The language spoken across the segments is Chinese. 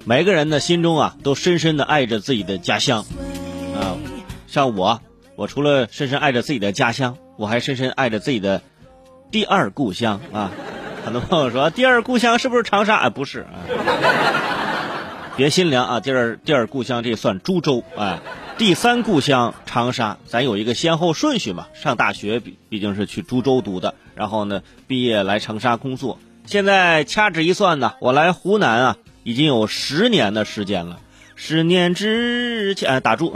每个人的心中啊都深深的爱着自己的家乡啊。像我除了深深爱着自己的家乡，我还深深爱着自己的第二故乡啊。很多朋友说第二故乡是不是长沙？不是啊，别心凉啊，第二故乡这算株洲啊。第三故乡长沙，咱有一个先后顺序嘛。上大学毕竟是去株洲读的，然后呢毕业来长沙工作。现在掐指一算呢，我来湖南啊已经有10年的时间了。10年之前，打住，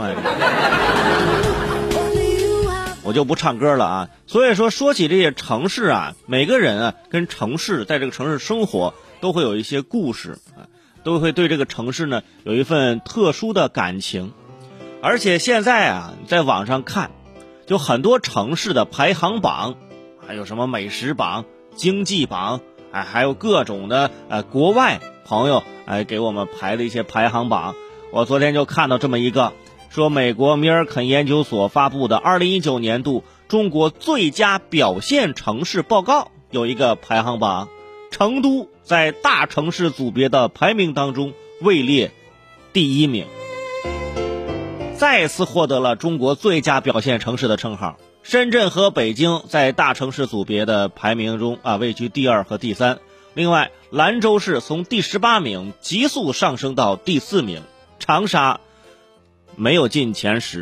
我就不唱歌了啊。所以说起这些城市啊，每个人啊跟城市在这个城市生活都会有一些故事啊，都会对这个城市呢有一份特殊的感情。而且现在啊，在网上看，就很多城市的排行榜，还有什么美食榜、经济榜，还有各种的国外朋友给我们排的一些排行榜。我昨天就看到这么一个，说美国米尔肯研究所发布的2019年度中国最佳表现城市报告有一个排行榜，成都在大城市组别的排名当中位列第1名。再次获得了中国最佳表现城市的称号。深圳和北京在大城市组别的排名中位居第2和第3。另外，兰州市从第18名急速上升到第4名，长沙没有进前10。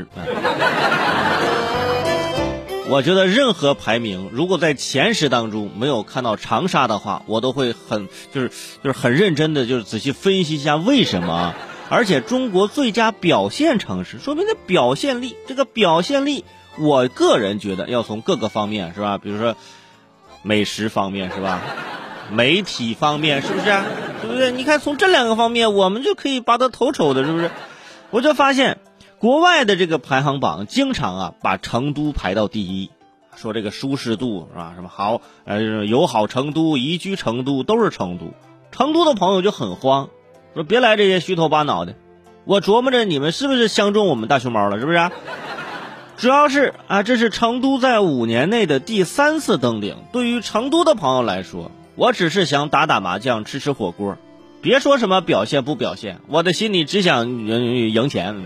我觉得任何排名如果在前10当中没有看到长沙的话，我都会很认真的仔细分析一下为什么。而且中国最佳表现城市，说明这表现力，这个表现力我个人觉得要从各个方面，是吧？比如说美食方面，是吧？媒体方面，是不是？对不对？你看从这2个方面我们就可以拔得头筹的，是不是？我就发现国外的这个排行榜经常把成都排到第1，说这个舒适度，是吧？什么好友好成都、宜居成都，都是成都。成都的朋友就很慌，说别来这些虚头巴脑的，我琢磨着你们是不是相中我们大熊猫了，是不是？主要是这是成都在5年内的第3次登顶。对于成都的朋友来说，我只是想打打麻将、吃吃火锅，别说什么表现不表现，我的心里只想赢钱。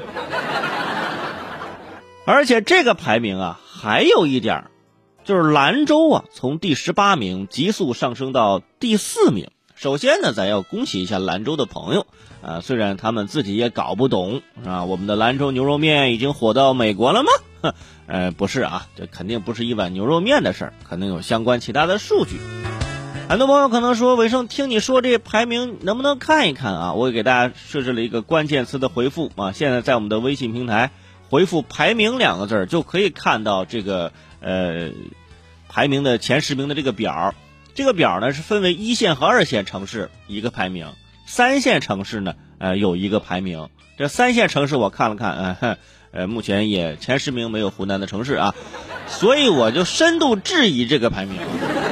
而且这个排名还有一点，就是兰州从第18名急速上升到第4名。首先呢，咱要恭喜一下兰州的朋友虽然他们自己也搞不懂我们的兰州牛肉面已经火到美国了吗？不是这肯定不是一碗牛肉面的事儿，可能有相关其他的数据。很多朋友可能说，伟生听你说这排名能不能看一看我给大家设置了一个关键词的回复现在在我们的微信平台回复排名2个字就可以看到这个排名的前10名的这个表。这个表呢是分为1线和2线城市一个排名，3线城市呢有一个排名。这3线城市我看了看目前也前10名没有湖南的城市所以我就深度质疑这个排名。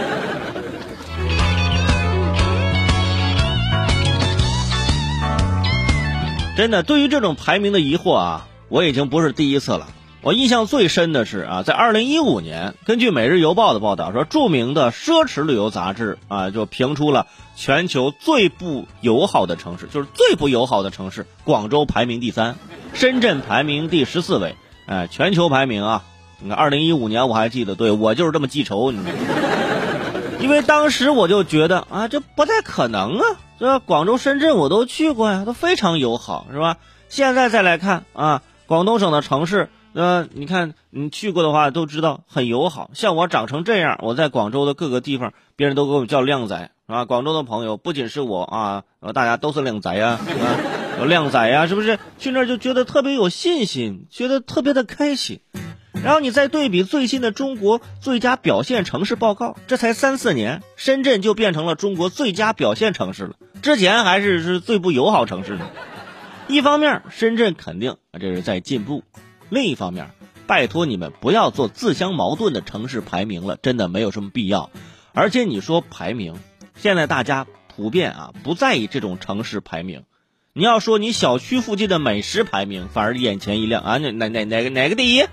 真的，对于这种排名的疑惑我已经不是第一次了。我印象最深的是在2015年，根据《每日邮报》的报道说，著名的奢侈旅游杂志就评出了全球最不友好的城市，就是最不友好的城市，广州排名第3，深圳排名第14位。全球排名你看2015年我还记得，对，我就是这么记仇，你知道吗？因为当时我就觉得这不太可能这广州、深圳我都去过都非常友好，是吧？现在再来看广东省的城市。你看你去过的话都知道很友好，像我长成这样，我在广州的各个地方别人都给我叫靓仔广州的朋友不仅是我大家都是靓仔有靓仔是不是？去那儿就觉得特别有信心，觉得特别的开心。然后你再对比最新的中国最佳表现城市报告，这才3-4年，深圳就变成了中国最佳表现城市了，之前还是最不友好城市呢。一方面深圳肯定这是在进步，另一方面拜托你们不要做自相矛盾的城市排名了，真的没有什么必要。而且你说排名，现在大家普遍不在意这种城市排名，你要说你小区附近的美食排名，反而眼前一亮哪个第一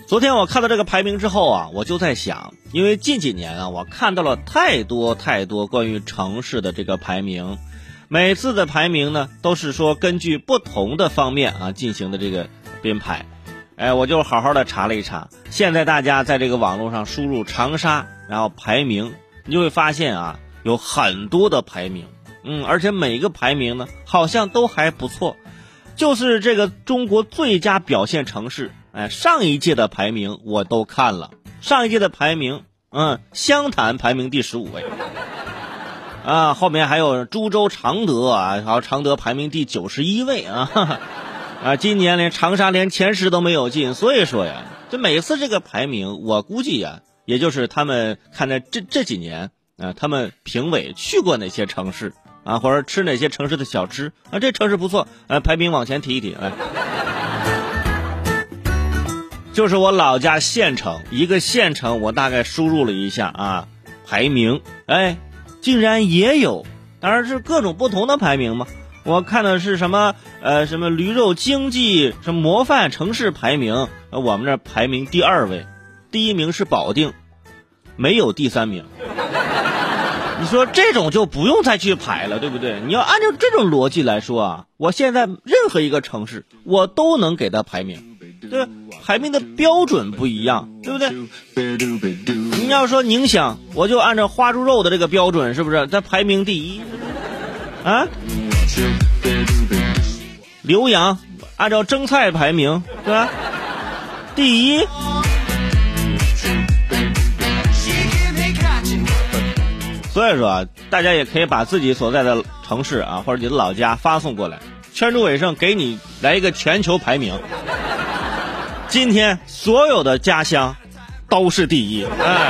昨天我看到这个排名之后啊，我就在想，因为近几年啊，我看到了太多关于城市的这个排名，每次的排名呢，都是说根据不同的方面啊进行的这个编排。我就好好的查了一查，现在大家在这个网络上输入长沙，然后排名，你就会发现啊，有很多的排名，而且每个排名呢，好像都还不错。就是这个中国最佳表现城市，上一届的排名我都看了，上一届的排名，湘潭排名第15位，后面还有株洲常德啊，然后常德排名第91位啊。今年连长沙连前10都没有进，所以说呀，这每次这个排名，我估计呀，也就是他们看在这几年他们评委去过哪些城市啊，或者吃哪些城市的小吃啊，这城市不错，排名往前提一提，就是我老家县城，一个县城我大概输入了一下啊，排名，竟然也有，当然是各种不同的排名嘛。我看的是什么驴肉经济什么模范城市排名，我们这排名第2位，第1名是保定，没有第3名。你说这种就不用再去排了，对不对？你要按照这种逻辑来说啊，我现在任何一个城市我都能给它排名，对吧？排名的标准不一样，对不对？你要说宁乡，我就按照花猪肉的这个标准，是不是它排名第1啊？浏阳按照蒸菜排名，对吧？第1。所以说啊，大家也可以把自己所在的城市啊，或者你的老家发送过来，圈主委上给你来一个全球排名。今天所有的家乡都是第1，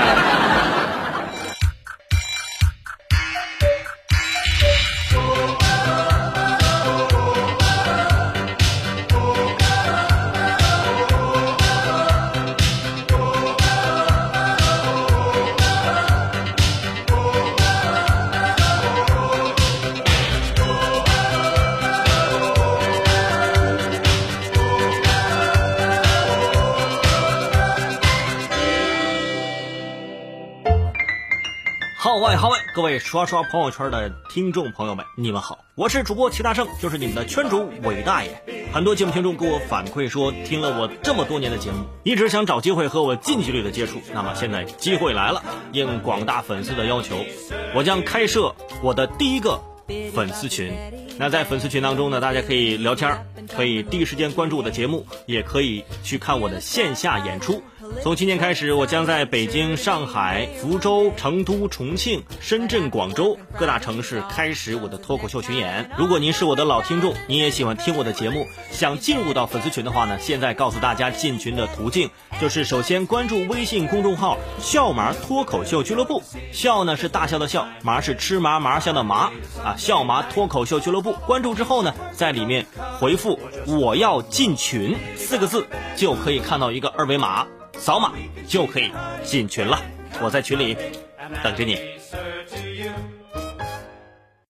号外，各位刷刷朋友圈的听众朋友们，你们好，我是主播齐大圣，就是你们的圈主伟大爷。很多节目听众给我反馈说，听了我这么多年的节目，一直想找机会和我近距离的接触，那么现在机会来了，应广大粉丝的要求，我将开设我的第1个粉丝群。那在粉丝群当中呢，大家可以聊天，可以第一时间关注我的节目，也可以去看我的线下演出。从今年开始，我将在北京、上海、福州、成都、重庆、深圳、广州各大城市开始我的脱口秀巡演。如果您是我的老听众，您也喜欢听我的节目，想进入到粉丝群的话呢，现在告诉大家进群的途径，就是首先关注微信公众号笑麻脱口秀俱乐部，笑呢是大笑的笑，麻是吃麻麻香的麻啊，笑麻脱口秀俱乐部。关注之后呢，在里面回复我要进群4个字，就可以看到一个2维码，扫码就可以进群了，我在群里等着你。